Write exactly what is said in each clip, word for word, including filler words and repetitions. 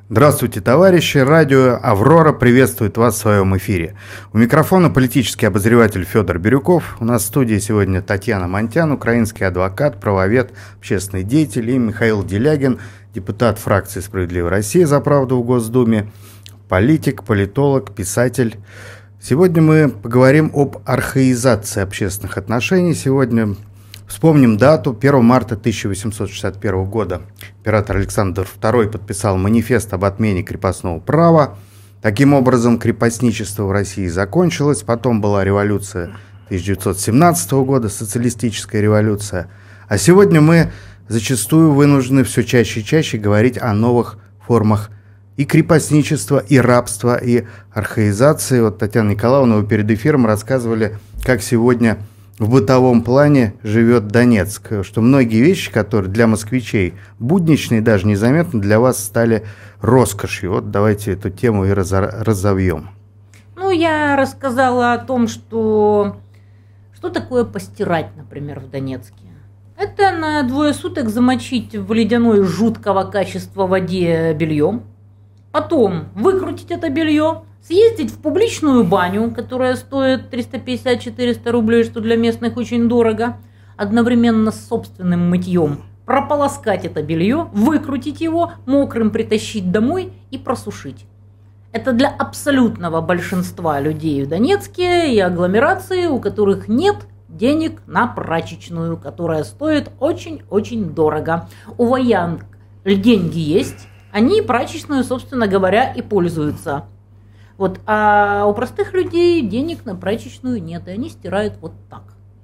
Здравствуйте, товарищи! Радио «Аврора» приветствует вас в своем эфире. У микрофона политический обозреватель Федор Бирюков. У нас в студии сегодня Татьяна Монтян, украинский адвокат, правовед, общественный деятель, и Михаил Делягин, депутат фракции «Справедливая Россия за правду» в Госдуме, политик, политолог, писатель. Сегодня мы поговорим об архаизации общественных отношений. Сегодня вспомним дату. первого марта тысяча восемьсот шестьдесят первого года император Александр второй подписал манифест об отмене крепостного права. Таким образом, крепостничество в России закончилось. Потом была революция тысяча девятьсот семнадцатого года, социалистическая революция. А сегодня мы зачастую вынуждены все чаще и чаще говорить о новых формах и крепостничества, и рабства, и архаизации. Вот Татьяна Николаевна, вы перед эфиром рассказывали, как сегодня в бытовом плане живет Донецк, что многие вещи, которые для москвичей будничные, даже незаметно, для вас стали роскошью. Вот давайте эту тему и разовьем. Ну, я рассказала о том, что что такое постирать, например, в Донецке. Это на двое суток замочить в ледяной жуткого качества воде белье, потом выкрутить это белье, съездить в публичную баню, которая стоит триста пятьдесят - четыреста рублей, что для местных очень дорого, одновременно с собственным мытьем прополоскать это белье, выкрутить его, мокрым притащить домой и просушить. Это для абсолютного большинства людей в Донецке и агломерации, у которых нет денег на прачечную, которая стоит очень-очень дорого. У воян деньги есть, они прачечную, собственно говоря, и пользуются. Вот, а у простых людей денег на прачечную нет, и они стирают вот так.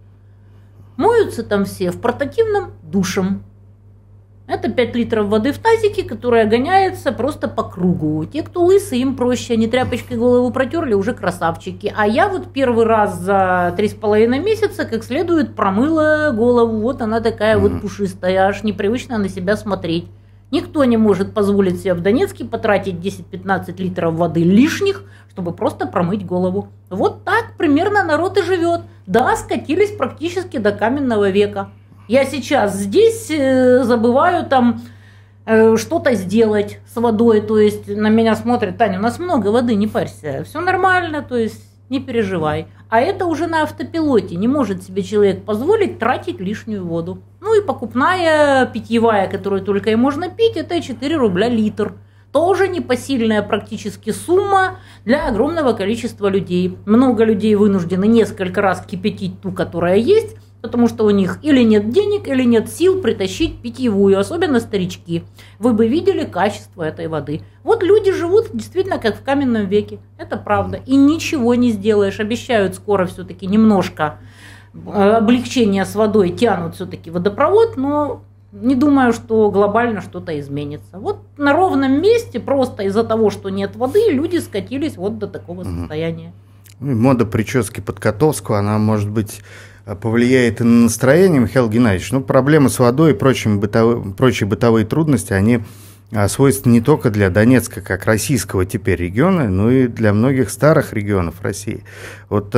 Моются там все в портативном душем. Это пять литров воды в тазике, которая гоняется просто по кругу. Те, кто лысый, им проще, они тряпочкой голову протерли, уже красавчики. А я вот первый раз за три с половиной месяца как следует промыла голову. Вот она такая вот пушистая, аж непривычно на себя смотреть. Никто не может позволить себе в Донецке потратить десять-пятнадцать литров воды лишних, чтобы просто промыть голову. Вот так примерно народ и живет. Да, скатились практически до каменного века. Я сейчас здесь э, забываю там э, что-то сделать с водой. То есть на меня смотрят: Таня, у нас много воды, не парься. Все нормально, то есть не переживай. А это уже на автопилоте. Не может себе человек позволить тратить лишнюю воду. Ну и покупная питьевая, которую только и можно пить, это четыре рубля литр. Тоже непосильная практически сумма для огромного количества людей. Много людей вынуждены несколько раз кипятить ту, которая есть, потому что у них или нет денег, или нет сил притащить питьевую, особенно старички. Вы бы видели качество этой воды. Вот люди живут действительно как в каменном веке, это правда. И ничего не сделаешь. Обещают скоро все-таки немножко облегчения с водой, тянут все-таки водопровод, но не думаю, что глобально что-то изменится. Вот на ровном месте просто из-за того, что нет воды, люди скатились вот до такого состояния. Мода прически Подкотовского, она, может быть, повлияет и на настроение, Михаил Геннадьевич. Ну, проблемы с водой и прочими бытовые, прочие бытовые трудности, они свойственны не только для Донецка, как российского теперь региона, но и для многих старых регионов России. Вот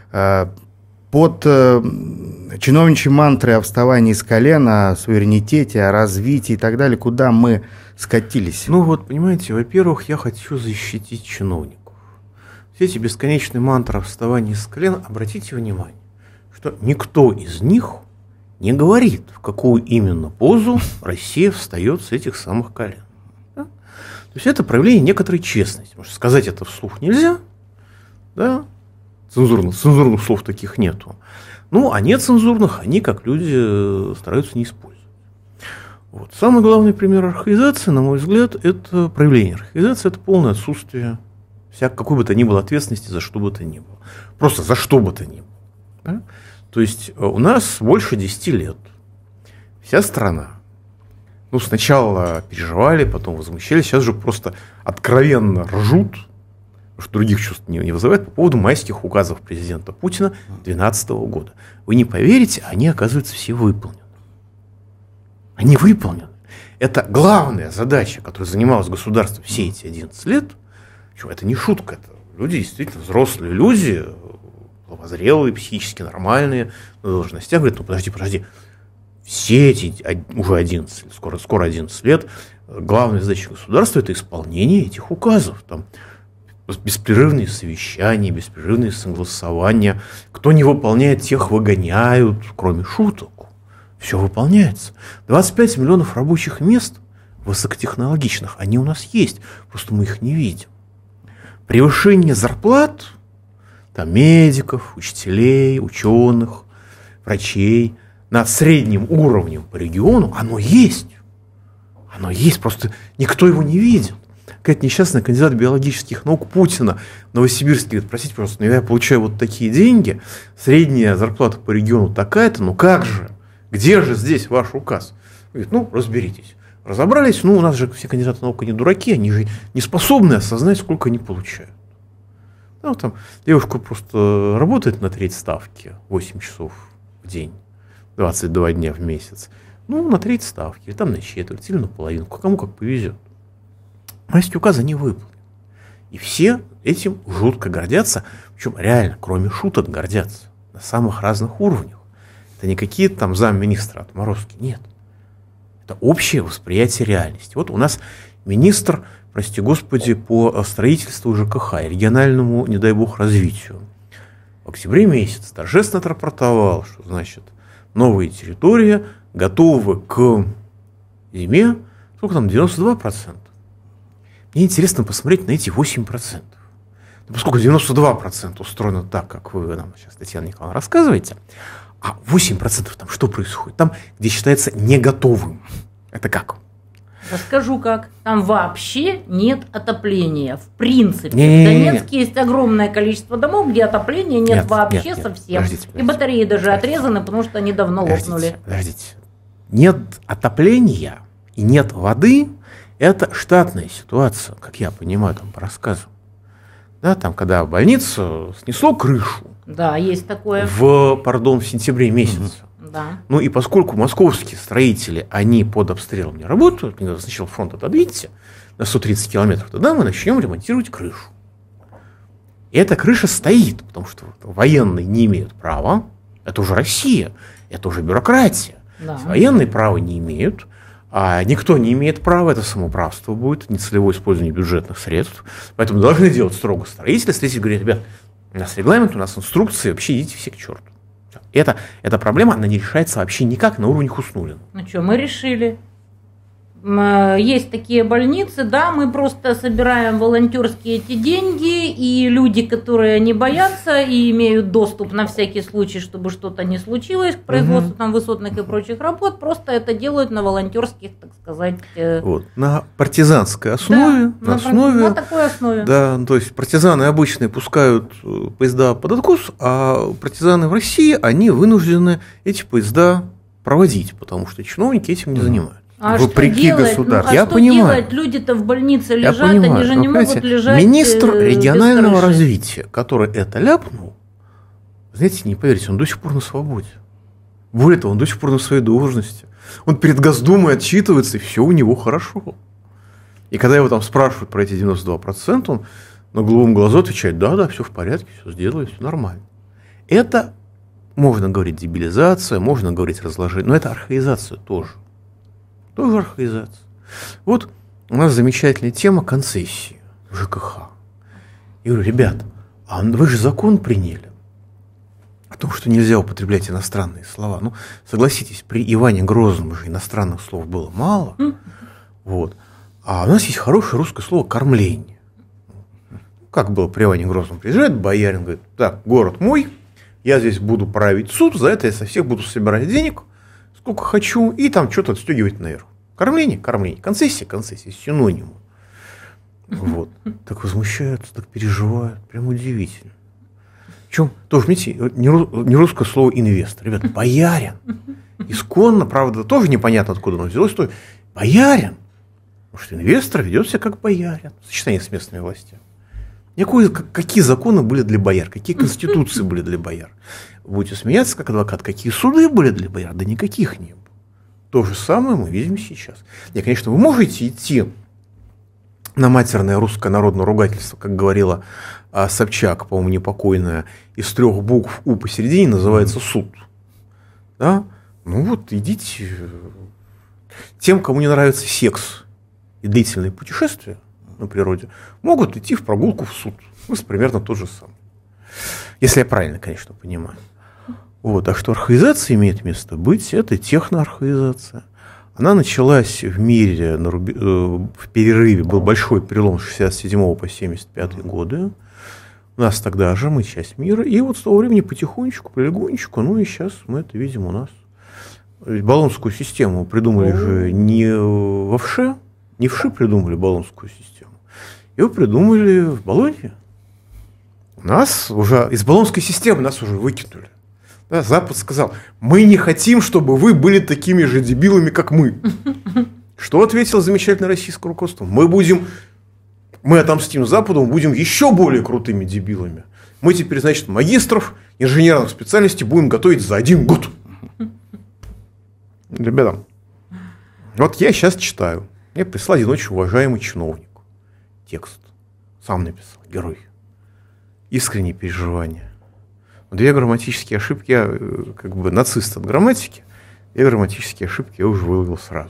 под чиновничьи мантры о вставании с колен, о суверенитете, о развитии и так далее, куда мы скатились? Ну вот, понимаете, во-первых, я хочу защитить чиновников. Все эти бесконечные мантры о вставании с колен, обратите внимание, что никто из них не говорит, в какую именно позу Россия встает с этих самых колен. Да? То есть это проявление некоторой честности. Потому что сказать это вслух нельзя, да? Цензурных, цензурных слов таких нету. Ну, а нецензурных они, как люди, стараются не использовать. Вот. Самый главный пример архаизации, на мой взгляд, это проявление архаизации, это полное отсутствие всякой, какой бы то ни было ответственности за что бы то ни было. Просто за что бы то ни было. Да? То есть у нас больше десяти лет вся страна, ну, сначала переживали, потом возмущались, сейчас же просто откровенно ржут, что других чувств не, не вызывает, по поводу майских указов президента Путина две тысячи двенадцатого года. Вы не поверите, они, оказывается, все выполнены. Они выполнены. Это главная задача, которой занималось государство все эти одиннадцать лет. Это не шутка, это люди, действительно взрослые люди, половозрелые, психически нормальные, на должностях. Говорят: ну подожди, подожди, все эти уже одиннадцать, скоро, скоро одиннадцать лет главная задача государства – это исполнение этих указов. Там беспрерывные совещания, беспрерывные согласования. Кто не выполняет, тех выгоняют, кроме шуток. Все выполняется. двадцать пять миллионов рабочих мест высокотехнологичных, они у нас есть, просто мы их не видим. Превышение зарплат там, медиков, учителей, ученых, врачей над средним уровнем по региону, оно есть. Оно есть, просто никто его не видит. Какая-то несчастная кандидат биологических наук Путина в Новосибирске говорит: простите, пожалуйста, но я получаю вот такие деньги, средняя зарплата по региону такая-то, ну как же? Где же здесь ваш указ? Говорит: ну, разберитесь. Разобрались, ну, у нас же все кандидаты наук не дураки, они же не способны осознать, сколько они получают. Ну, там девушка просто работает на треть ставки, восемь часов в день, двадцать два дня в месяц. Ну, на треть ставки, или там на четверть, или на половину, кому как повезет. А эти указы не выполнены. И все этим жутко гордятся, причем реально, кроме шуток, гордятся на самых разных уровнях. Это не какие-то там замминистра отморозки, нет. Это общее восприятие реальности. Вот у нас министр, прости господи, по строительству ЖКХ и региональному, не дай бог, развитию. В октябре месяце торжественно отрапортовал, что, значит, новые территории готовы к зиме, сколько там, девяносто два процента. Мне интересно посмотреть на эти восемь процентов. Ну, поскольку девяносто два процента устроено так, как вы нам сейчас, Татьяна Николаевна, рассказываете, а восемь процентов там что происходит? Там, где считается не готовым. Это как? Расскажу как. Там вообще нет отопления. В принципе. Не-не-не. В Донецке есть огромное количество домов, где отопления нет, нет вообще нет, нет. совсем. Подождите, подождите. И батареи даже подождите. отрезаны, потому что они давно подождите, лопнули. Подождите. Нет отопления и нет воды – это штатная ситуация, как я понимаю там по рассказам. Да, там, когда больницу снесло крышу. Да, есть такое. В, пардон, в сентябре месяце. Да. Ну и поскольку московские строители, они под обстрелом не работают, сначала фронт отодвиньте на сто тридцать километров, тогда мы начнем ремонтировать крышу. И эта крыша стоит, потому что военные не имеют права. Это уже Россия, это уже бюрократия. Да. Военные права не имеют, а никто не имеет права, это самоуправство будет, нецелевое использование бюджетных средств. Поэтому должны делать строго строители. Строители говорят: ребят, у нас регламент, у нас инструкции, вообще идите все к черту. Это, эта проблема, она не решается вообще никак на уровне Хуснуллина. Ну что, мы решили. Есть такие больницы, да, мы просто собираем волонтерские эти деньги, и люди, которые не боятся и имеют доступ на всякий случай, чтобы что-то не случилось к производству угу. там высотных и прочих работ, просто это делают на волонтерских, так сказать. Вот, на партизанской основе. Да, на, основе, на такой основе. Да, то есть партизаны обычные пускают поезда под откос, а партизаны в России, они вынуждены эти поезда проводить, потому что чиновники этим не занимаются. А вопреки государству. Ну, а я что понимаю. делать? Люди-то в больнице лежат, я понимаю, они же не могут лежать. Министр регионального развития, который это ляпнул, знаете, не поверите, он до сих пор на свободе. Более того, он до сих пор на своей должности. Он перед Госдумой отчитывается, и все у него хорошо. И когда его там спрашивают про эти девяносто два процента, он на голубом глазу отвечает: да, да, все в порядке, все сделаю, все нормально. Это, можно говорить, дебилизация, можно говорить разложение, но это архаизация тоже. Тоже архаизация. Вот у нас замечательная тема концессии в ЖКХ. Я говорю: ребят, а вы же закон приняли о том, что нельзя употреблять иностранные слова. Ну, согласитесь, при Иване Грозном же иностранных слов было мало. Вот. А у нас есть хорошее русское слово «кормление». Как было при Иване Грозном? Приезжает боярин, говорит: так, город мой, я здесь буду править суд, за это я со всех буду собирать денег, сколько хочу, и там что-то отстегивать наверх. Кормление, кормление, концессия, концессия, синонимы. Вот. Так возмущаются, так переживают, прям удивительно. Причем, тоже, видите, не русское слово «инвестор». Ребята, боярин. Исконно, правда, тоже непонятно, откуда оно взялось. Что боярин. Потому что инвестор ведет себя как боярин. Сочетание с местными властями. Никакой, какие законы были для бояр, какие конституции были для бояр. Будете смеяться, как адвокат, какие суды были для бояр, да никаких не было. То же самое мы видим сейчас. И, конечно, вы можете идти на матерное русское народное ругательство, как говорила а, Собчак, по-моему, непокойная, из трех букв «у» посередине называется суд. Да? Ну вот, идите. Тем, кому не нравится секс и длительные путешествия на природе могут идти в прогулку в суд. Ну, примерно тот же самый. Если я правильно, конечно, понимаю. Вот, так что архаизация имеет место быть, это техноархаизация. Она началась в мире на рубе, в перерыве, был большой перелом с шестьдесят седьмого по семьдесят пятый годы. У нас тогда же, мы часть мира, и вот с того времени потихонечку, полигонечку, ну и сейчас мы это видим у нас. Болонскую систему придумали же не во ВШЭ, не ВШИ придумали Болонскую систему, ее придумали в Болонье. Нас уже из Болонской системы нас уже выкинули. Да, Запад сказал, мы не хотим, чтобы вы были такими же дебилами, как мы. Что ответило замечательное российское руководство? Мы будем, мы отомстим Западу, мы будем еще более крутыми дебилами. Мы теперь, значит, магистров инженерных специальностей будем готовить за один год. Ребята, вот я сейчас читаю. Мне прислал один очень уважаемый чиновник. Текст. Сам написал, герой. Искренние переживания. Две грамматические ошибки, я как бы нацист от грамматики, две грамматические ошибки я уже выловил сразу.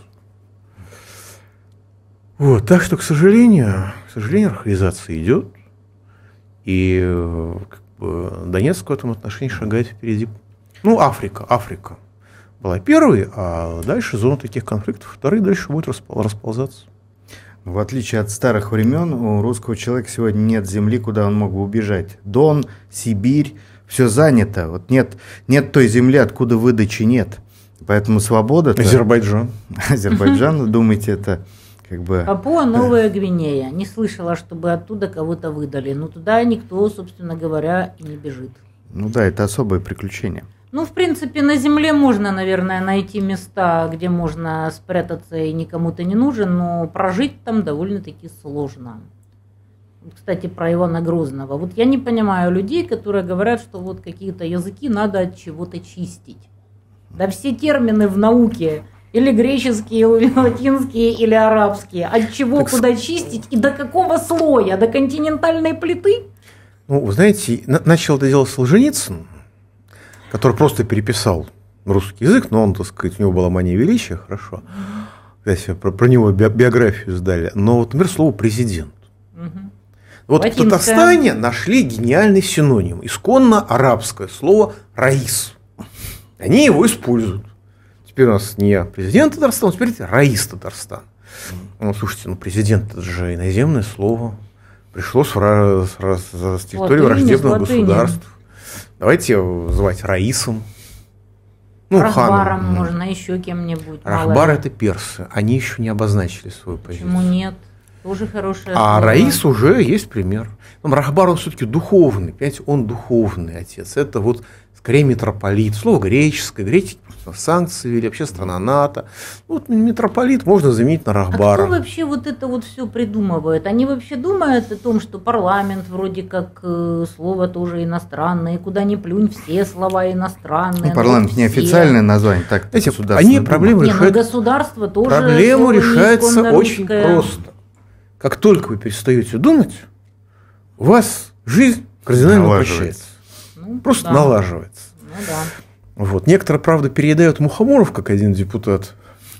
Вот, так что, к сожалению, к сожалению, архаизация идет, и как бы, Донецк в этом отношении шагает впереди. Ну, Африка, Африка была первой, а дальше зона таких конфликтов, вторые дальше будет расползаться. В отличие от старых времен, у русского человека сегодня нет земли, куда он мог бы убежать. Дон, Сибирь, все занято. Вот нет, нет той земли, откуда выдачи нет. Поэтому свобода... Азербайджан. Азербайджан, думаете, это как бы... Папуа Новая Гвинея. Не слышала, чтобы оттуда кого-то выдали. Но туда никто, собственно говоря, и не бежит. Ну да, это особое приключение. Ну, в принципе, на Земле можно, наверное, найти места, где можно спрятаться и никому ты не нужен, но прожить там довольно-таки сложно. Кстати, про Ивана Грозного. Вот я не понимаю людей, которые говорят, что вот какие-то языки надо от чего-то чистить. Да все термины в науке, или греческие, или латинские, или арабские, от чего так куда чистить и до какого слоя? До континентальной плиты? Ну, вы знаете, начал это делать Солженицын, который просто переписал русский язык, но он, так сказать, у него была мания величия, хорошо. Кстати, про, про него би- биографию сдали. Но вот, например, слово «президент». Угу. Вот латинское. В Татарстане нашли гениальный синоним. Исконно арабское слово «раис». Они его используют. Теперь у нас не президент Татарстана, теперь это раис Татарстан. Ну, слушайте, ну президент – это же иноземное слово. Пришло с, с, с, с территории враждебного государства. Давайте его звать Раисом. Ну, Рахбаром ханом. Можно, еще кем-нибудь. Рахбар – это персы. Они еще не обозначили свою позицию. Почему нет? Тоже хорошее А слово. Раис уже есть пример. Но Рахбар, он все-таки духовный. Понимаете, он духовный отец. Это вот скорее митрополит. Слово греческое. Греки санкции ввели, вообще страна НАТО. Вот митрополит можно заменить на Рахбара. А кто вообще вот это вот все придумывает? Они вообще думают о том, что парламент вроде как э, слово тоже иностранное, и куда ни плюнь, все слова иностранные. Ну, парламент все. Неофициальное название, так Эти, они проблему Нет, решают. ну, государство тоже. Проблему решается очень просто. Как только вы перестаете думать, у вас жизнь кардинально упрощается. Ну, просто да. налаживается. Ну, да. Вот. Некоторые, правда, переедают мухоморов, как один депутат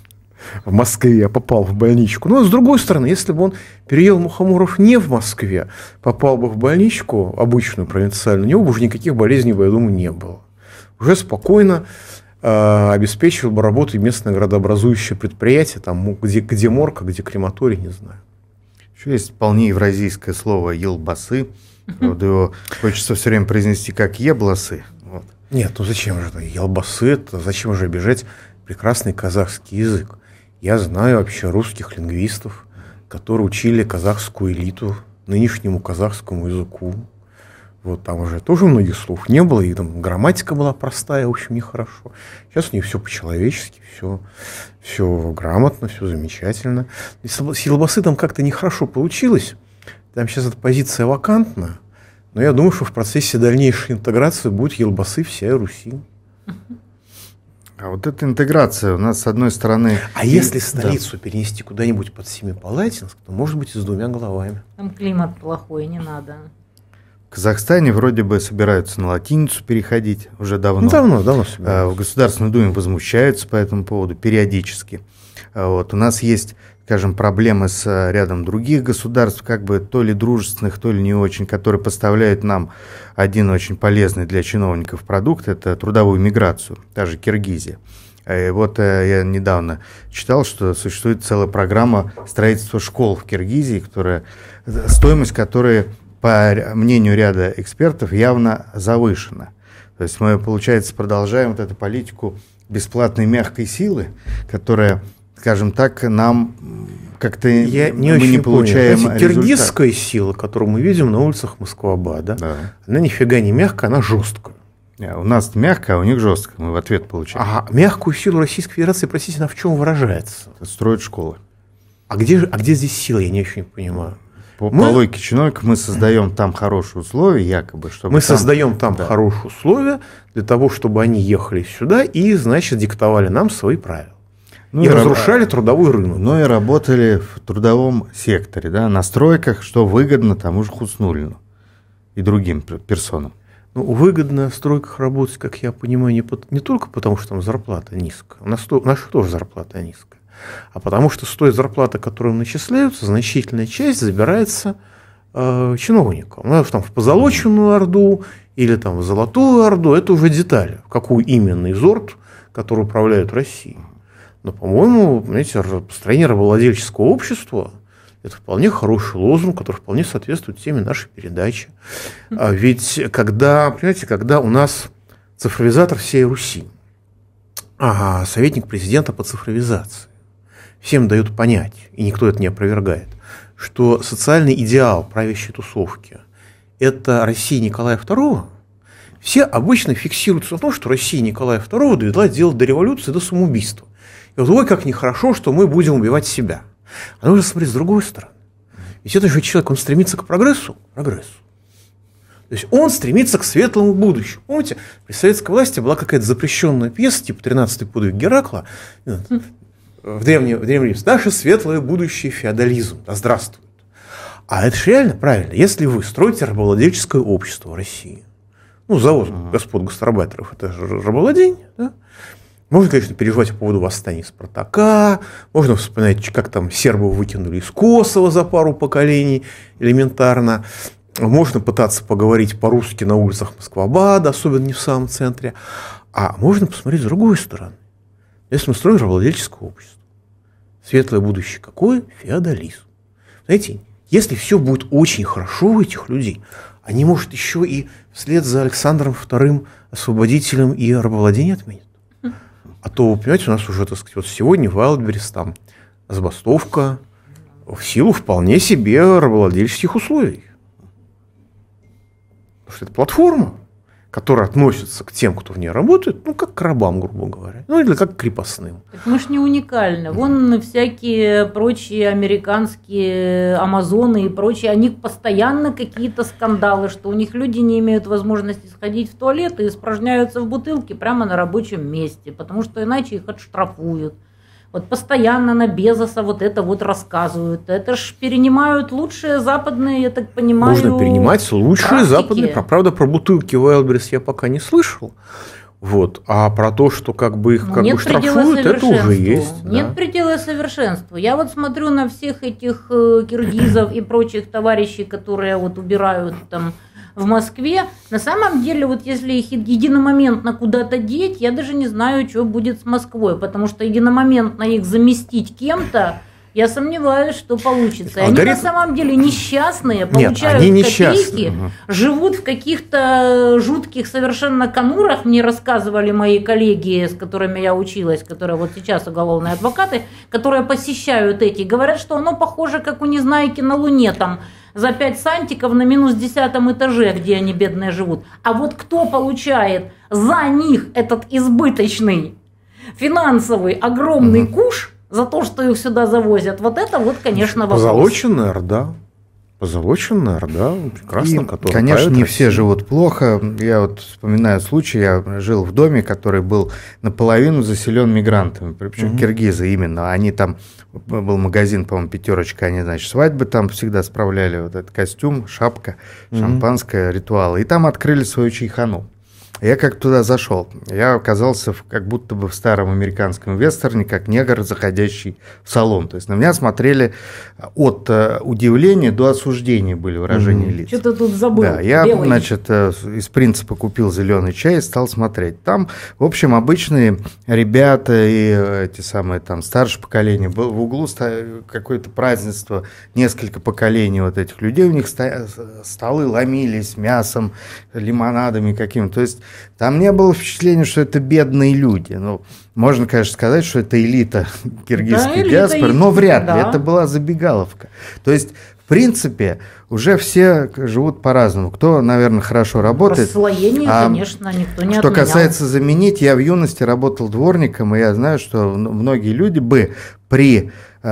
в Москве попал в больничку. Но, с другой стороны, если бы он переел мухоморов не в Москве, попал бы в больничку, обычную, провинциальную, у него бы уже никаких болезней, я думаю, не было. Уже спокойно э, обеспечивал бы работу местное градообразующее предприятие, там, где, где морг, где крематорий, не знаю. Еще есть вполне евразийское слово «елбасы». Правда, его хочется все время произнести как «ебласы». Вот. Нет, ну зачем же это? Елбасы, это зачем же обижать прекрасный казахский язык? Я знаю вообще русских лингвистов, которые учили казахскую элиту, нынешнему казахскому языку. Вот там уже тоже многих слов не было, и там грамматика была простая, в общем, нехорошо. Сейчас у них все по-человечески, все, все грамотно, все замечательно. И с елбасы там как-то нехорошо получилось. Там сейчас эта позиция вакантна. Но я думаю, что в процессе дальнейшей интеграции будет елбасы всей Руси. А вот эта интеграция у нас, с одной стороны... А и... если столицу да. перенести куда-нибудь под Семипалатинск, то, может быть, и с двумя головами. Там климат плохой, не надо. В Казахстане вроде бы собираются на латиницу переходить уже давно. Ну, давно, давно собираются. В Государственной Думе возмущаются по этому поводу периодически. Вот. У нас есть скажем, проблемы с рядом других государств, как бы то ли дружественных, то ли не очень, которые поставляют нам один очень полезный для чиновников продукт, это трудовую миграцию, та же Киргизия. И вот я недавно читал, что существует целая программа строительства школ в Киргизии, которая, стоимость которой, по мнению ряда экспертов, явно завышена. То есть мы, получается, продолжаем вот эту политику бесплатной мягкой силы, которая, скажем так, нам как-то Я не мы очень не получаем понял. Знаете, результат. киргизская сила, которую мы видим на улицах Москва-Бада, Да. она нифига не мягкая, она жесткая. Не, у нас мягко, а у них жестко. Мы в ответ получаем. А мягкую силу Российской Федерации, простите, она в чем выражается? Строят школы. А где, же, а где здесь сила, я не очень понимаю. По, Мы- по логике чиновников мы создаем там хорошие условия, якобы, чтобы Мы там- создаем там да. хорошие условия для того, чтобы они ехали сюда и, значит, диктовали нам свои правила. Ну, и и разрушали раб- трудовой рынок. Ну и работали в трудовом секторе, да, на стройках, что выгодно тому же Хуснуллину и другим пер- персонам. Ну, выгодно в стройках работать, как я понимаю, не, пот- не только потому, что там зарплата низкая. У нас то- наша тоже зарплата низкая. А потому что с той зарплаты, которую им начисляются, значительная часть забирается э, чиновникам. Ну, там в позолоченную орду или там в золотую орду, это уже детали. В какую именно из орд, которые управляют Россией. Но, по-моему, знаете, построение рабовладельческого общества – это вполне хороший лозунг, который вполне соответствует теме нашей передачи. А ведь когда, понимаете, когда у нас цифровизатор всей Руси, а советник президента по цифровизации, всем дают понять, и никто это не опровергает, что социальный идеал правящей тусовки – это Россия Николая второго, все обычно фиксируются на том, что Россия Николая второго довела дело до революции, до самоубийства. И вот, ой, как нехорошо, что мы будем убивать себя. А нужно смотреть с другой стороны. Ведь это же человек, он стремится к прогрессу, прогрессу. То есть он стремится к светлому будущему. Помните, при советской власти была какая-то запрещенная пьеса, типа «тринадцатый подвиг Геракла», в древнем, в древнем Риме, «Наше светлое будущее феодализм, да здравствует». А это же реально правильно. Если вы строите рабовладельческое общество в России, ну, завод господ гастарбайтеров, это же рабовладение, да? Можно, конечно, переживать по поводу восстания Спартака, можно вспоминать, как там сербов выкинули из Косово за пару поколений, элементарно. Можно пытаться поговорить по-русски на улицах Москва-Бада, особенно не в самом центре. А можно посмотреть с другой стороны. Если мы строим рабовладельческое общество, светлое будущее какое? Феодализм. Знаете, если все будет очень хорошо у этих людей, они, может, еще и вслед за Александром вторым освободителем и рабовладение отменят. А то, понимаете, у нас уже, так сказать, вот сегодня в Вайлдберрис там забастовка в силу вполне себе рабовладельческих условий. Потому что это платформа, которая относится к тем, кто в ней работает, ну, как к рабам, грубо говоря, ну, или как к крепостным. Так мы ж не уникальны. Вон всякие прочие американские амазоны и прочие, у них постоянно какие-то скандалы, что у них люди не имеют возможности сходить в туалет и испражняются в бутылке прямо на рабочем месте, потому что иначе их отштрафуют. Вот постоянно на Безоса вот это вот рассказывают. Это ж перенимают лучшие западные, я так понимаю, Можно перенимать лучшие практики. западные. Про- Правда, про бутылки Wildberries я пока не слышал. Вот. А про то, что как бы их Ну, как нет бы предела штрафуют, это уже совершенству. есть. Нет да. предела совершенству. Я вот смотрю на всех этих э, киргизов и прочих товарищей, которые вот убирают там в Москве. На самом деле, вот если их единомоментно куда-то деть, я даже не знаю, что будет с Москвой, потому что единомоментно их заместить кем-то, я сомневаюсь, что получится. И Они Алгоритм- на самом деле несчастные, Нет, получают они копейки, несчастные. живут в каких-то жутких совершенно конурах. Мне рассказывали мои коллеги, с которыми я училась, которые вот сейчас уголовные адвокаты, которые посещают эти, говорят, что оно похоже, как у Незнайки на Луне, там за пять сантиков на минус десятом этаже, где они бедные живут. А вот кто получает за них этот избыточный финансовый огромный угу. куш за то, что их сюда завозят, вот это вот, конечно, вопрос. Позолоченная Орда. Позолоченная Орда, прекрасно, И, которая конечно, не Россию. все живут плохо. Я вот вспоминаю случай, я жил в доме, который был наполовину заселен мигрантами, причем угу. киргизы именно. Они там, был магазин, по-моему, «Пятерочка», они, значит, свадьбы там всегда справляли, вот этот костюм, шапка, угу. шампанское, ритуалы. И там открыли свою чайхану. Я как туда зашел, я оказался в, как будто бы в старом американском вестерне, как негр, заходящий в салон. То есть на меня смотрели от uh, удивления до осуждения были выражения mm-hmm. лиц. Что-то тут забыл. Да, я, Белый. значит, из принципа купил зеленый чай и стал смотреть. Там, в общем, обычные ребята и эти самые там старшее поколение. Был в углу какое-то празднество, несколько поколений вот этих людей. У них столы ломились мясом, лимонадами какими-то. То есть там не было впечатления, что это бедные люди. Ну, можно, конечно, сказать, что это элита киргизской да, диаспоры, но вряд ли. Да. Это была забегаловка. То есть, в принципе, уже все живут по-разному. Кто, наверное, хорошо работает. Расслоение, а, конечно, никто не Что отменял. касается заменить, я в юности работал дворником, и я знаю, что многие люди бы при...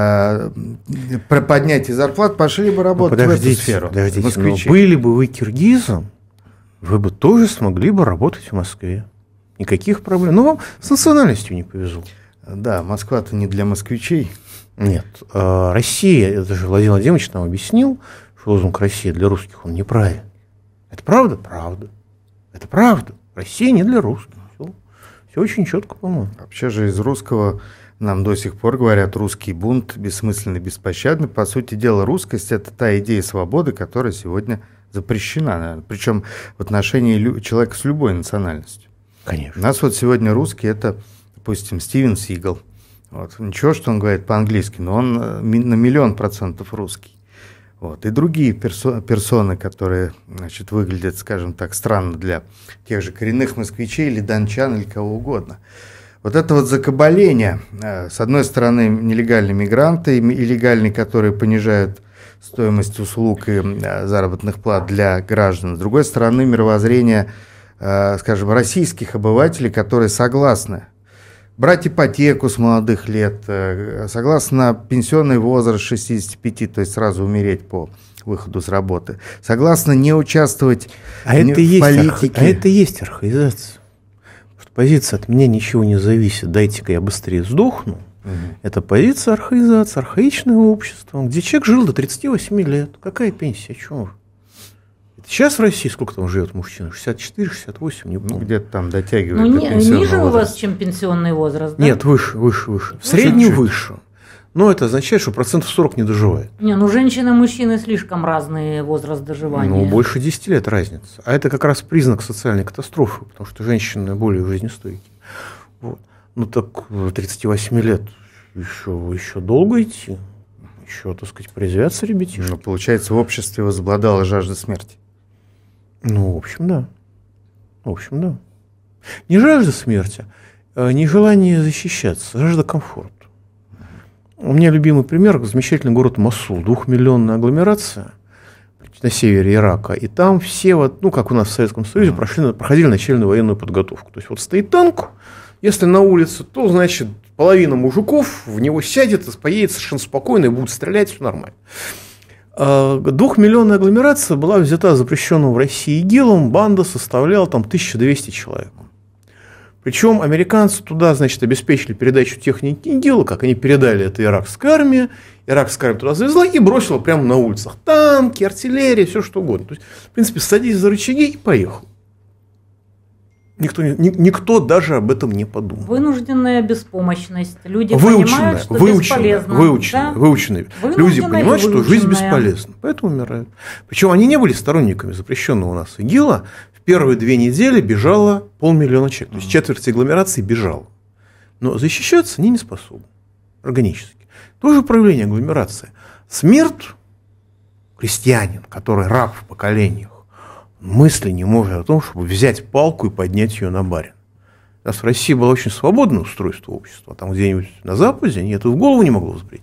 при поднятии зарплат пошли бы работать ну, в эту сферу. Подождите, но были бы вы киргизом, вы бы тоже смогли бы работать в Москве. Никаких проблем. Но вам с национальностью не повезло. Да, Москва-то не для москвичей. Нет. Россия, это же Владимир Владимирович нам объяснил, что лозунг «Россия для русских» он неправильный. Это правда? Правда. Это правда. Россия не для русских. Все, Все очень четко, по-моему. Вообще же из русского нам до сих пор говорят русский бунт, бессмысленный, беспощадный. По сути дела, русскость – это та идея свободы, которая сегодня запрещена, наверное. Причем в отношении лю- человека с любой национальностью. Конечно. У нас вот сегодня русский – это, допустим, Стивен Сигал. Вот. Ничего, что он говорит по-английски, но он на миллион процентов русский. Вот. И другие персо- персоны, которые, значит, выглядят, скажем так, странно для тех же коренных москвичей или дончан, или кого угодно. Вот это вот закабаление, с одной стороны, нелегальные мигранты, и легальные, которые понижают стоимость услуг и заработных плат для граждан. С другой стороны, мировоззрение, скажем, российских обывателей, которые согласны брать ипотеку с молодых лет, согласны на пенсионный возраст шестидесяти пяти, то есть сразу умереть по выходу с работы, согласны не участвовать а в это политике. Арх... А это и есть архаизация. Позиция «от меня ничего не зависит, дайте-ка я быстрее сдохну», угу. Это позиция архаизации, архаичное общество, где человек жил до тридцати восьми лет. Какая пенсия? О чем вы? Сейчас в России сколько там живет мужчина? шестьдесят четыре шестьдесят восемь, не помню. Ну, где-то там дотягивает. Ну, не, ниже возраст. У вас, чем пенсионный возраст, да? Нет, выше, выше, выше. В среднем выше. Но это означает, что процентов сорок не доживает. Не, ну женщины и мужчины слишком разный возраст доживания. Ну, больше десяти лет разница. А это как раз признак социальной катастрофы, потому что женщины более жизнестойкие. Вот. Ну так тридцати восьми лет еще, еще долго идти. Еще, так сказать, порезвятся ребятишки. Ну, получается, в обществе возобладала жажда смерти. Ну, в общем, да. В общем, да. Не жажда смерти, а не желание защищаться, жажда комфорта. У меня любимый пример – замечательный город Мосул, двухмиллионная агломерация на севере Ирака. И там все, вот, ну, как у нас в Советском Союзе, прошли, проходили начальную военную подготовку. То есть вот стоит танк, если на улице, то, значит, половина мужиков в него сядет, поедет совершенно спокойно и будут стрелять, все нормально. Двухмиллионная агломерация была взята запрещенным в России ИГИЛом, банда составляла там тысяча двести человек. Причем американцы туда, значит, обеспечили передачу техники ИГИЛа, как они передали это иракской армии. Иракская армия туда завезла и бросила прямо на улицах танки, артиллерия, все что угодно. То есть, в принципе, садись за рычаги и поехал. Никто, ни, никто даже об этом не подумал. Вынужденная беспомощность. Люди выученная, понимают, что выученная, бесполезно. Выученная, да? выученные. Люди понимают, что жизнь бесполезна. Поэтому умирают. Причем они не были сторонниками запрещенного у нас ИГИЛа. В первые две недели бежало полмиллиона человек. То есть четверть агломерации бежало. Но защищаться они не способны. Органически. Тоже проявление агломерации. Смерть, крестьянин, который раб в поколениях, мысли не может о том, чтобы взять палку и поднять ее на барин. У нас в России было очень свободное устройство общества, а там где-нибудь на Западе они это в голову не могло взбрить.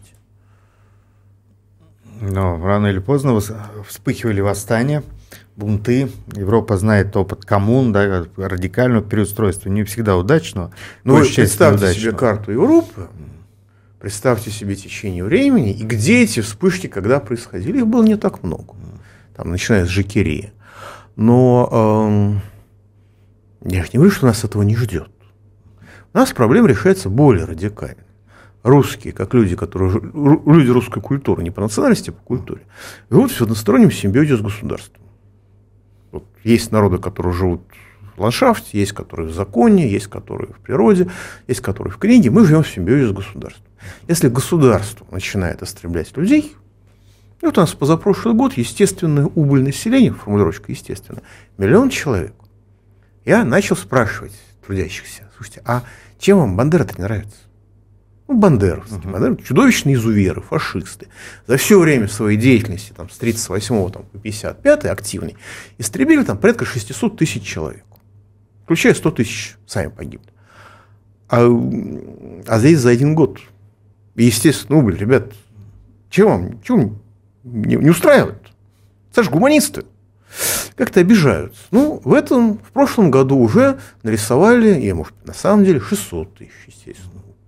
Но рано или поздно вспыхивали восстания, бунты. Европа знает опыт коммун, да, радикального переустройства, не всегда удачного. Ну, вы представьте себе карту Европы, представьте себе течение времени, и где эти вспышки, когда происходили, их было не так много. Там, начиная с Жакерии. Но э, я же не говорю, что нас этого не ждет. У нас проблема решается более радикально. Русские, как люди, которые, люди русской культуры, не по национальности, а по культуре, живут в одностороннем симбиозе с государством. Вот есть народы, которые живут в ландшафте, есть которые в законе, есть которые в природе, есть которые в книге. Мы живем в симбиозе с государством. Если государство начинает истреблять людей, и вот у нас позапрошлый год естественная убыль населения, формулировочка естественная, миллион человек. Я начал спрашивать трудящихся: слушайте, а чем вам Бандера-то не нравится? Ну, бандеровцы, uh-huh. Бандеры, чудовищные изуверы, фашисты. За все время своей деятельности, там, с тридцать восьмого там, по пятьдесят пятый активный, истребили там порядка шестьсот тысяч человек, включая сто тысяч сами погибли. А, а здесь за один год, естественно, убыль, ребят, чего вам, чего вам не, не устраивает? Это же гуманисты. Как-то обижаются. Ну, в этом, в прошлом году уже нарисовали, и, может, на самом деле, шестьсот тысяч, естественно.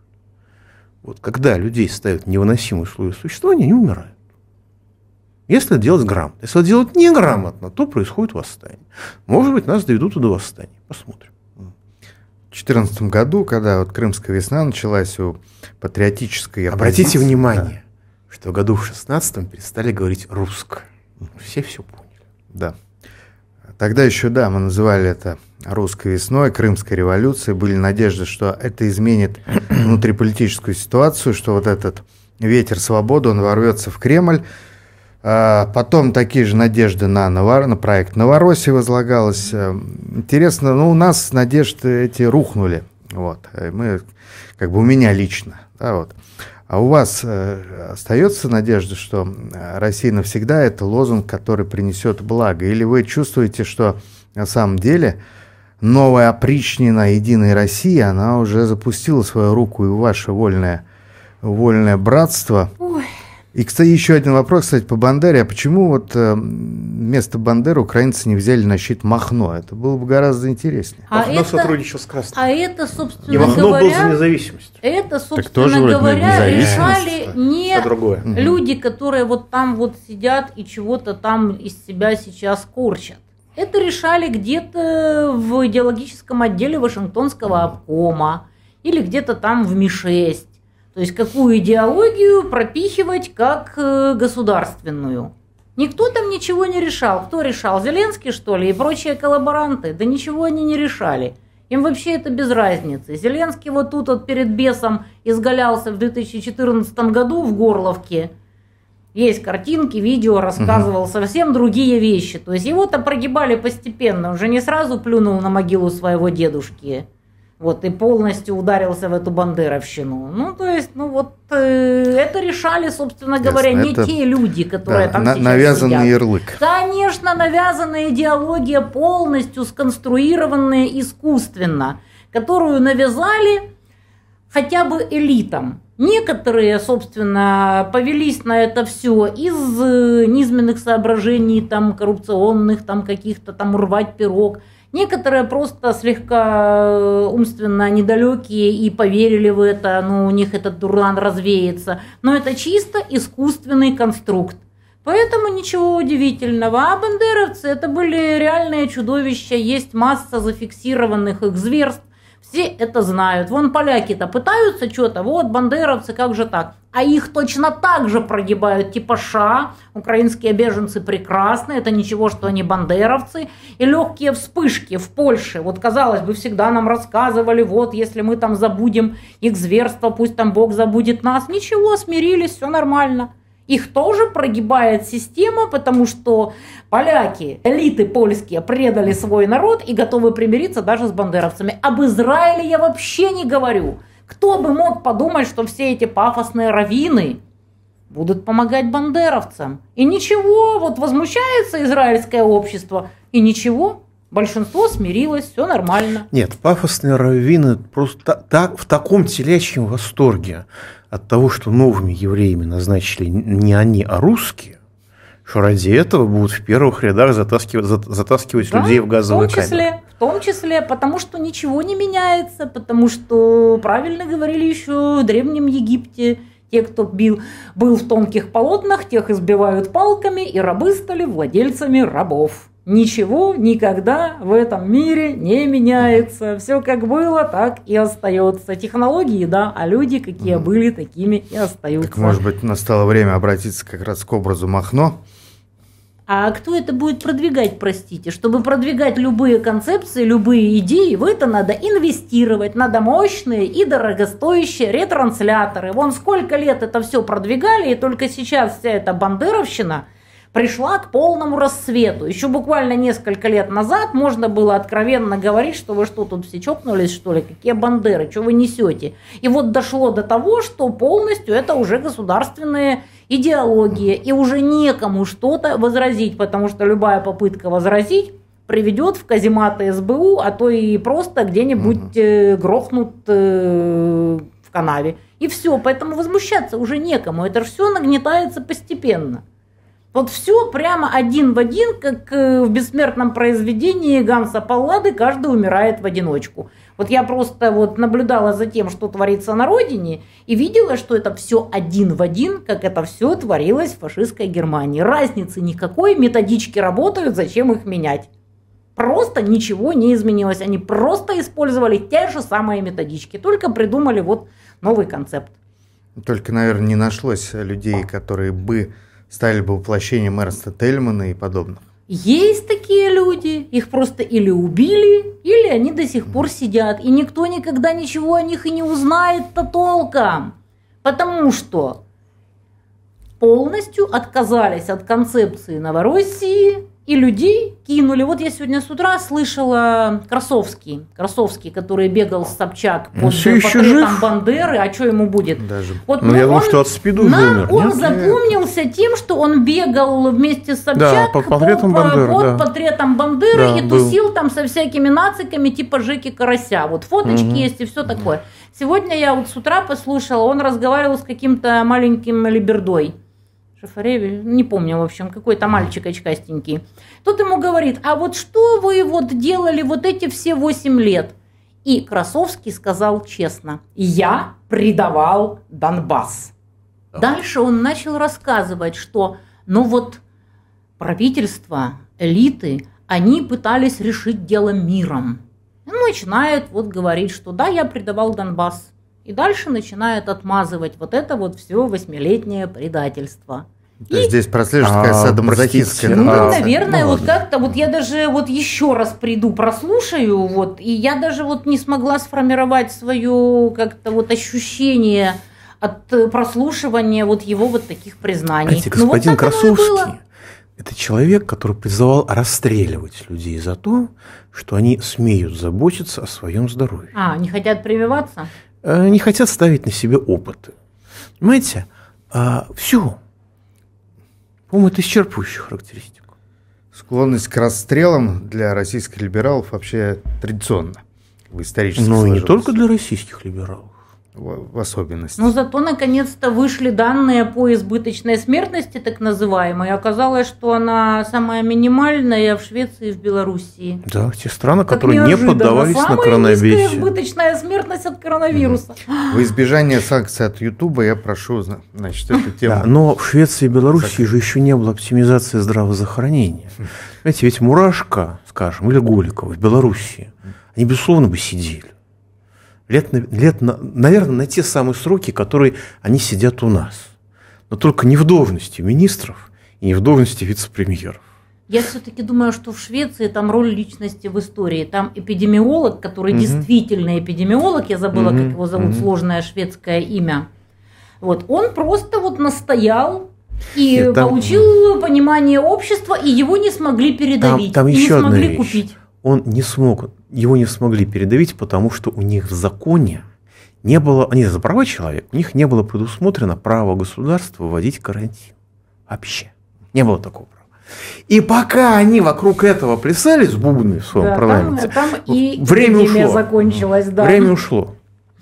Вот когда людей ставят в невыносимые условия существования, они умирают. Если делать грамотно. Если делать неграмотно, то происходит восстание. Может быть, нас доведут и до восстания. Посмотрим. В две тысячи четырнадцатом году, когда вот Крымская весна началась у патриотической оппозиции... Обратите внимание, да. что в году в шестнадцатом перестали говорить русское. Все все поняли. Да. Тогда еще, да, мы называли это русской весной, Крымской революцией. Были надежды, что это изменит внутриполитическую ситуацию, что вот этот ветер свободы, он ворвется в Кремль. А потом такие же надежды на, Новор... на проект Новороссия возлагалось. Интересно, ну, у нас надежды эти рухнули. Вот. Мы, как бы у меня лично. Да, вот. А у вас э, остается надежда, что Россия навсегда – это лозунг, который принесет благо? Или вы чувствуете, что на самом деле новая опричнина «Единой России», она уже запустила свою руку и в ваше вольное, вольное братство? Ой. И, кстати, еще один вопрос, кстати, по Бандере. А почему вот э, вместо Бандеры украинцы не взяли на щит Махно? Это было бы гораздо интереснее. А Махно это, сотрудничал с Красным. А это, собственно и Махно говоря... был за независимость. Это, собственно говоря, решали не другое. люди, которые вот там вот сидят и чего-то там из себя сейчас корчат. Это решали где-то в идеологическом отделе Вашингтонского обкома или где-то там в Ми шесть. То есть какую идеологию пропихивать как государственную. Никто там ничего не решал. Кто решал? Зеленский, что ли, и прочие коллаборанты? Да ничего они не решали. Им вообще это без разницы. Зеленский вот тут вот перед бесом изгалялся в две тысячи четырнадцатом году в Горловке. Есть картинки, видео, рассказывал угу. совсем другие вещи. То есть его-то прогибали постепенно. Он же не сразу плюнул на могилу своего дедушки. Вот, и полностью ударился в эту бандеровщину. Ну, то есть, ну вот, э, это решали, собственно говоря, Ясно, не это, те люди, которые да, там на, сейчас навязанный сидят. ярлык. Конечно, навязанная идеология, полностью сконструированная искусственно, которую навязали хотя бы элитам. Некоторые, собственно, повелись на это все из низменных соображений, там, коррупционных, там, каких-то там урвать пирог. Некоторые просто слегка умственно недалекие и поверили в это, ну, у них этот дуран развеется. Но это чисто искусственный конструкт. Поэтому ничего удивительного. А бандеровцы это были реальные чудовища, есть масса зафиксированных их зверств. Все это знают. Вон поляки-то пытаются что-то, вот бандеровцы, как же так? А их точно так же прогибают, типа ша, украинские беженцы прекрасны, это ничего, что они бандеровцы. И легкие вспышки в Польше, вот казалось бы, всегда нам рассказывали, вот если мы там забудем их зверство, пусть там Бог забудет нас. Ничего, смирились, все нормально. Их тоже прогибает система, потому что поляки, элиты польские, предали свой народ и готовы примириться даже с бандеровцами. Об Израиле я вообще не говорю. Кто бы мог подумать, что все эти пафосные раввины будут помогать бандеровцам? И ничего, вот возмущается израильское общество, и ничего, большинство смирилось, все нормально. Нет, пафосные раввины просто так, в таком телячьем восторге от того, что новыми евреями назначили не они, а русские, что ради этого будут в первых рядах затаскивать, затаскивать да, людей в газовые камеры. В том числе, в том числе, потому что ничего не меняется, потому что, правильно говорили еще в Древнем Египте, те, кто бил, был в тонких полотнах, тех избивают палками, и рабы стали владельцами рабов. Ничего никогда в этом мире не меняется. Все как было, так и остается. Технологии, да, а люди, какие были, такими и остаются. Так, может быть, настало время обратиться как раз к образу Махно? А кто это будет продвигать, простите? Чтобы продвигать любые концепции, любые идеи, в это надо инвестировать, надо мощные и дорогостоящие ретрансляторы. Вон сколько лет это все продвигали, и только сейчас вся эта бандеровщина пришла к полному расцвету. Еще буквально несколько лет назад можно было откровенно говорить, что вы что, тут все чокнулись, что ли? Какие бандеры, что вы несете? И вот дошло до того, что полностью это уже государственные идеологии, и уже некому что-то возразить, потому что любая попытка возразить приведет в казематы эс бэ у, а то и просто где-нибудь э, грохнут э, в канаве. И все, поэтому возмущаться уже некому. Это все нагнетается постепенно. Вот все прямо один в один, как в бессмертном произведении Ганса Паллады «Каждый умирает в одиночку». Вот я просто вот наблюдала за тем, что творится на родине, и видела, что это все один в один, как это все творилось в фашистской Германии. Разницы никакой, методички работают, зачем их менять? Просто ничего не изменилось. Они просто использовали те же самые методички, только придумали вот новый концепт. Только, наверное, не нашлось людей, которые бы стали бы воплощением Эрнста Тельмана и подобных. Есть такие люди, их просто или убили, или они до сих пор сидят, и никто никогда ничего о них и не узнает-то толком, потому что полностью отказались от концепции Новороссии и людей кинули. Вот я сегодня с утра слышала Красовский, Красовский, который бегал с Собчак под портретом Бандеры, а что ему будет? Даже. Вот, ну, я думал, что от СПИДа уже умер. Он Нет? запомнился тем, что он бегал вместе с Собчак да, под портретом по, Бандеры, под да. портретом Бандеры Да, и был. тусил там со всякими нациками типа Жеки Карася. Вот фоточки угу. есть и все такое. Сегодня я вот с утра послушала, он разговаривал с каким-то маленьким либердой. Шафаревич, не помню, в общем, какой-то мальчик очкастенький. Тот ему говорит, а вот что вы вот делали вот эти все восемь лет? И Красовский сказал честно, я предавал Донбасс. Дальше он начал рассказывать, что ну вот правительство, элиты, они пытались решить дело миром. И начинает вот говорить, что да, я предавал Донбасс. И дальше начинают отмазывать вот это вот все восьмилетнее предательство. То есть здесь прослеживается такая а, садомазохистская Ну, тенденция. наверное, ну, вот как-то, вот я даже вот еще раз приду, прослушаю, вот, и я даже вот не смогла сформировать свое как-то вот ощущение от прослушивания вот его вот таких признаний. Знаете, ну, господин вот Красовский – это человек, который призывал расстреливать людей за то, что они смеют заботиться о своем здоровье. А, не хотят прививаться? Не хотят ставить на себе опыты. Понимаете, а, все. По-моему, это исчерпывающая характеристика. Склонность к расстрелам для российских либералов вообще традиционно в исторически Ну, и не сложилось. только для российских либералов. В, в особенности. Но зато наконец-то вышли данные по избыточной смертности, так называемой. Оказалось, что она самая минимальная в Швеции и в Белоруссии. Да, те страны, Как которые не неожиданно. поддавались Самая на коронавирусе. низкая избыточная смертность от коронавируса. В избежание санкций от Ютуба я прошу, значит, эту тему. Да, но в Швеции и Белоруссии же еще не было оптимизации здравоохранения. Знаете, ведь Мурашко, скажем, или Голикова в Белоруссии, они, безусловно, бы сидели. Лет, на, лет на, наверное, на те самые сроки, которые они сидят у нас. Но только не в должности министров и не в должности вице-премьеров. Я все-таки думаю, что в Швеции там роль личности в истории. Там эпидемиолог, который Мгм. действительно эпидемиолог, я забыла, Мгм. как его зовут, Мгм. сложное шведское имя. Вот, он просто вот настоял и Нет, там- получил понимание общества, и его не смогли передавить, там и еще не одна смогли вещь. купить. Он не смог, его не смогли передавить, потому что у них в законе не было, они за права человека, у них не было предусмотрено право государства вводить карантин. Вообще. Не было такого права. И пока они вокруг этого плясали с бубной в своем Да, парламенте, там, там и время эпидемия ушло. закончилась, да. время ушло.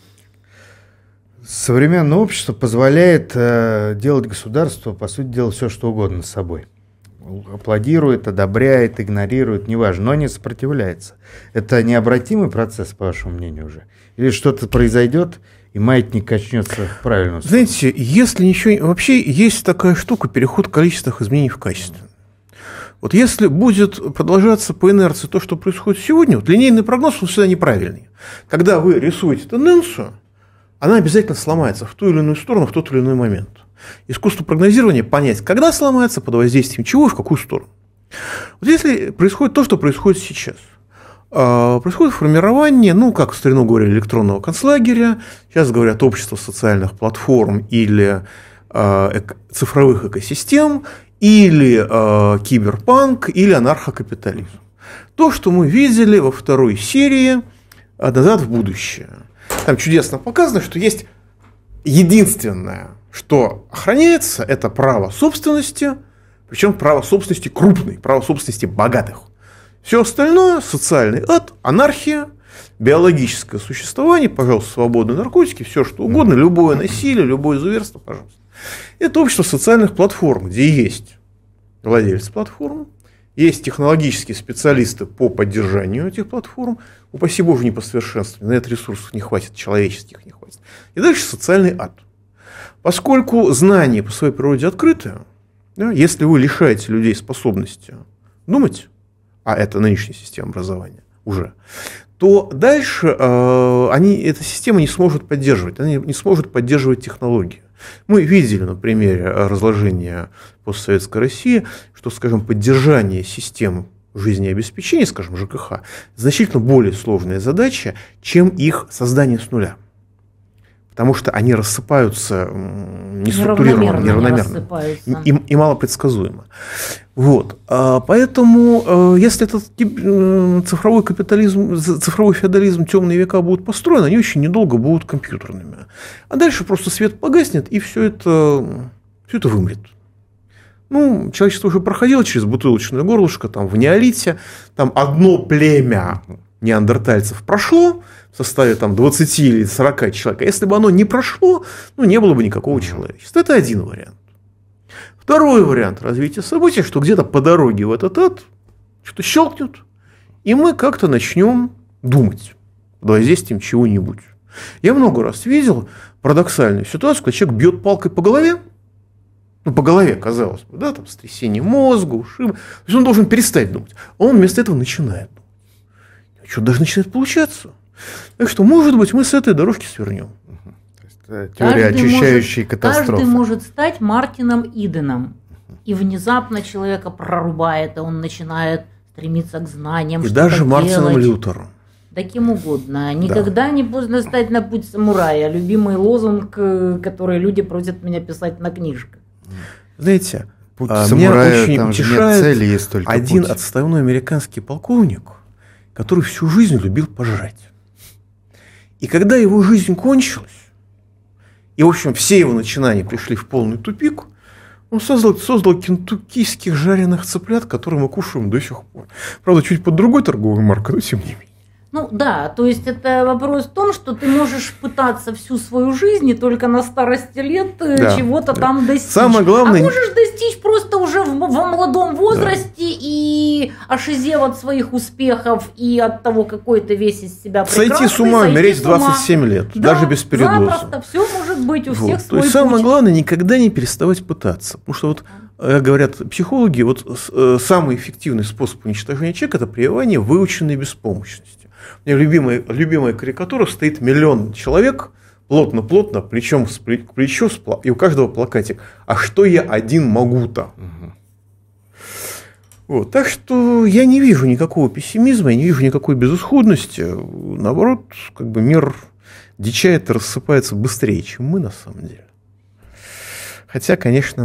Современное общество позволяет э, делать государство, по сути дела, все, что угодно с собой. Аплодирует, одобряет, игнорирует, неважно, но не сопротивляется. Это необратимый процесс, по вашему мнению, уже? Или что-то произойдет, и маятник качнется в правильную сторону? Знаете, если ничего... Вообще есть такая штука, переход количественных изменений в качественные. Вот если будет продолжаться по инерции то, что происходит сегодня, вот линейный прогноз, он всегда неправильный. Когда вы рисуете тенденцию, она обязательно сломается в ту или иную сторону в тот или иной момент. искусство прогнозирования понять, когда сломается, под воздействием чего и в какую сторону. Вот если происходит то, что происходит сейчас, происходит формирование, ну, как в старину говорили, электронного концлагеря, сейчас говорят общество социальных платформ или эко- цифровых экосистем, или э, киберпанк, или анархокапитализм. То, что мы видели во второй серии «Назад в будущее». Там чудесно показано, что есть единственное, что охраняется, это право собственности, причем право собственности крупной, право собственности богатых. Все остальное – социальный ад, анархия, биологическое существование, пожалуйста, свободные наркотики, все что угодно, любое насилие, любое изуверство, пожалуйста. Это общество социальных платформ, где есть владельцы платформ, есть технологические специалисты по поддержанию этих платформ, упаси боже, не по совершенствованию, на это ресурсов не хватит, человеческих не хватит. И дальше социальный ад. Поскольку знания по своей природе открыты, да, если вы лишаете людей способности думать, а это нынешняя система образования уже, то дальше э, они, эта система не сможет поддерживать, она не сможет поддерживать технологии. Мы видели на примере разложения постсоветской России, что, скажем, поддержание систем жизнеобеспечения, скажем, ЖКХ, значительно более сложная задача, чем их создание с нуля. Потому что они рассыпаются неструктурированно, неравномерно и, и малопредсказуемо. Вот. Поэтому, если этот цифровой капитализм, цифровой феодализм, темные века будут построены, они очень недолго будут компьютерными. А дальше просто свет погаснет, и все это, все это вымрет. Ну, человечество уже проходило через бутылочное горлышко, там, в неолите, там одно племя неандертальцев прошло в составе там, двадцать или сорок человек. А если бы оно не прошло, ну, не было бы никакого человечества. Это один вариант. Второй вариант развития событий, что где-то по дороге в этот ад что-то щелкнет, и мы как-то начнем думать под воздействием чего-нибудь. Я много раз видел парадоксальную ситуацию, когда человек бьет палкой по голове, ну, по голове, казалось бы, да, там, сотрясение мозга, ушиб. То есть он должен перестать думать. А он вместо этого начинает думать. Что-то даже начинает получаться. Так что, может быть, мы с этой дорожки свернем. Теория очищающей катастрофы. Каждый может стать Мартином Иденом. И внезапно человека прорубает, и он начинает стремиться к знаниям. И даже Мартином Лютером. Да кем угодно. Никогда да. не поздно стать на путь самурая. Любимый лозунг, который люди просят меня писать на книжках. Знаете, путь меня самурая, очень там утешает цели, есть только один путь. отставной американский полковник, который всю жизнь любил пожрать. И когда его жизнь кончилась, и, в общем, все его начинания пришли в полный тупик, он создал, создал кентуккийских жареных цыплят, которые мы кушаем до сих пор. Правда, чуть под другой торговой маркой, но тем не менее. Ну да, то есть это вопрос в том, что ты можешь пытаться всю свою жизнь и только на старости лет да, чего-то да. там достичь. Самое главное... А можешь достичь просто уже в, в молодом возрасте да. и ошизев от своих успехов и от того, какой ты весь из себя прекрасный. Сойти с ума, умереть в двадцать семь лет, да, даже без передоза. Запросто, все может быть у вот. всех свой То есть путь. самое главное никогда не переставать пытаться. Потому что вот говорят психологи, вот самый эффективный способ уничтожения человека – это прививание выученной беспомощности. У меня любимая, любимая карикатура, стоит миллион человек, плотно-плотно, плечом к плечу, и у каждого плакатик. А что я один могу-то? Угу. Вот, так что я не вижу никакого пессимизма, я не вижу никакой безысходности. Наоборот, как бы мир дичает и рассыпается быстрее, чем мы на самом деле. Хотя, конечно,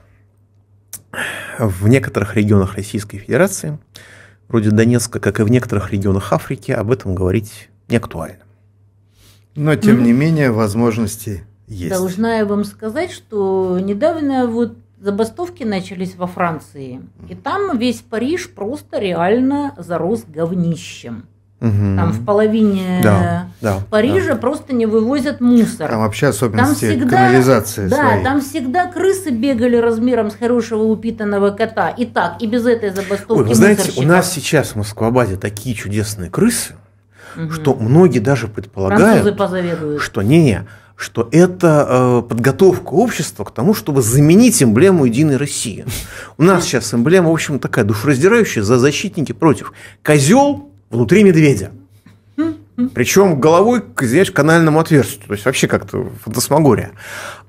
в некоторых регионах Российской Федерации, вроде Донецка, как и в некоторых регионах Африки, об этом говорить не актуально. Но, тем mm-hmm. не менее, возможности есть. Должна я вам сказать, что недавно вот забастовки начались во Франции, и там весь Париж просто реально зарос говнищем. Угу. Там в половине да, да, Парижа да. просто не вывозят мусор. Там вообще особенности там всегда, канализации Да, своей. там всегда крысы бегали размером с хорошего упитанного кота. И так, и без этой забастовки. Ой, вы знаете, у нас сейчас в Москва-Баде такие чудесные крысы, угу. что многие даже предполагают, что не, что это э, подготовка общества к тому, чтобы заменить эмблему «Единой России». У нас сейчас эмблема, в общем, такая душераздирающая, за защитники против. Козел внутри медведя. Причем головой, извиняюсь, к канальному отверстию. То есть вообще как-то фантасмагория.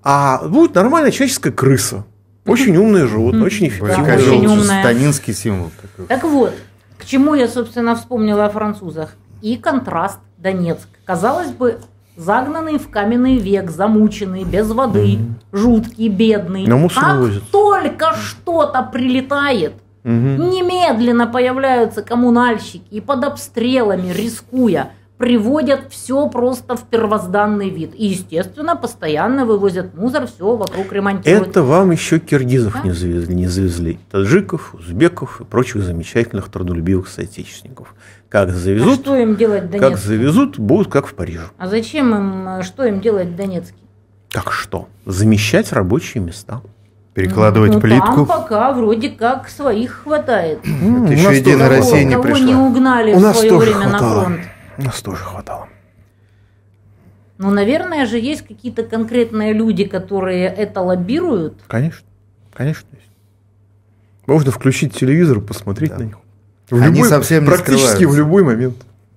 А будет нормальная человеческая крыса. Очень умное животное, очень эффективное очень животное. умное. Станинский символ такой. Так вот, к чему я, собственно, вспомнила о французах. И контраст Донецк. Казалось бы, загнанный в каменный век, замученный, без воды, mm-hmm. жуткий, бедный. На мусор как возят. только что-то прилетает, mm-hmm. немедленно появляются коммунальщики и под обстрелами, рискуя, приводят все просто в первозданный вид. И, естественно, постоянно вывозят мусор, все вокруг ремонтируют. Это вам еще киргизов да? не завезли, не завезли. Таджиков, узбеков и прочих замечательных трудолюбивых соотечественников. Как завезут, а что им делать в Донецке? как завезут, будут как в Париже. А зачем им, что им делать в Донецке? Как что? Замещать рабочие места. Перекладывать ну, плитку. Там пока вроде как своих хватает. Это еще Единая Россия не пришла. Кого не угнали У в нас свое тоже время хватало. на фронт. У нас тоже хватало. Ну, наверное же, есть какие-то конкретные люди, которые это лоббируют. Конечно, конечно есть. Можно включить телевизор и посмотреть да. на них. В Они любой, совсем не практически скрываются. в любой момент.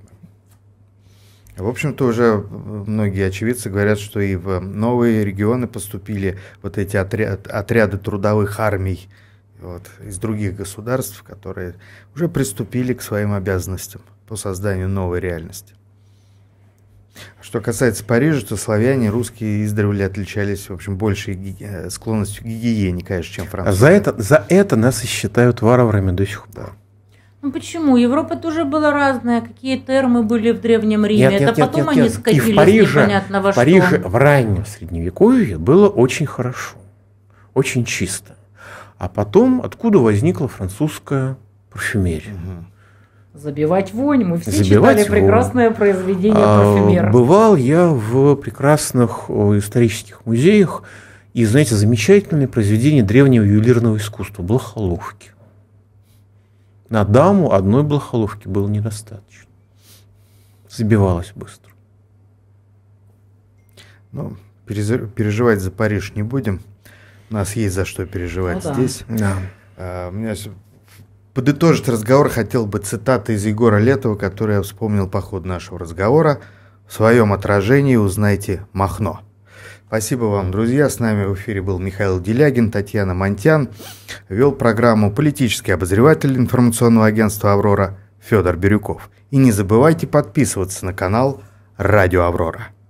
В общем-то, уже многие очевидцы говорят, что и в новые регионы поступили вот эти отряд, отряды трудовых армий вот, из других государств, которые уже приступили к своим обязанностям по созданию новой реальности. Что касается Парижа, то славяне, русские издревле отличались, в общем, большей ги- склонностью к гигиене, конечно, чем французы. За это, за это нас и считают варварами до сих пор. Ну почему? Европа тоже была разная. Какие термы были в Древнем Риме. Нет, это нет, нет, потом нет, они нет. скатились И в Париже, непонятно во в Париже что. в раннем Средневековье было очень хорошо, очень чисто. А потом откуда возникла французская парфюмерия? Угу. Забивать вонь. Мы все Забивать читали вонь. прекрасное произведение А, парфюмера. бывал я в прекрасных о, исторических музеях, и, знаете, замечательные произведения древнего ювелирного искусства, блохоловки. На даму одной блохоловки было недостаточно. Забивалась быстро. Ну, переживать за Париж не будем. У нас есть за что переживать ну, здесь. Да. А, у меня подытожить разговор хотел бы цитата из Егора Летова, который я вспомнил по ходу нашего разговора. В своем отражении узнайте Махно. Спасибо вам, друзья. С нами в эфире был Михаил Делягин, Татьяна Монтян. Вел программу политический обозреватель информационного агентства «Аврора» Федор Бирюков. И не забывайте подписываться на канал «Радио Аврора».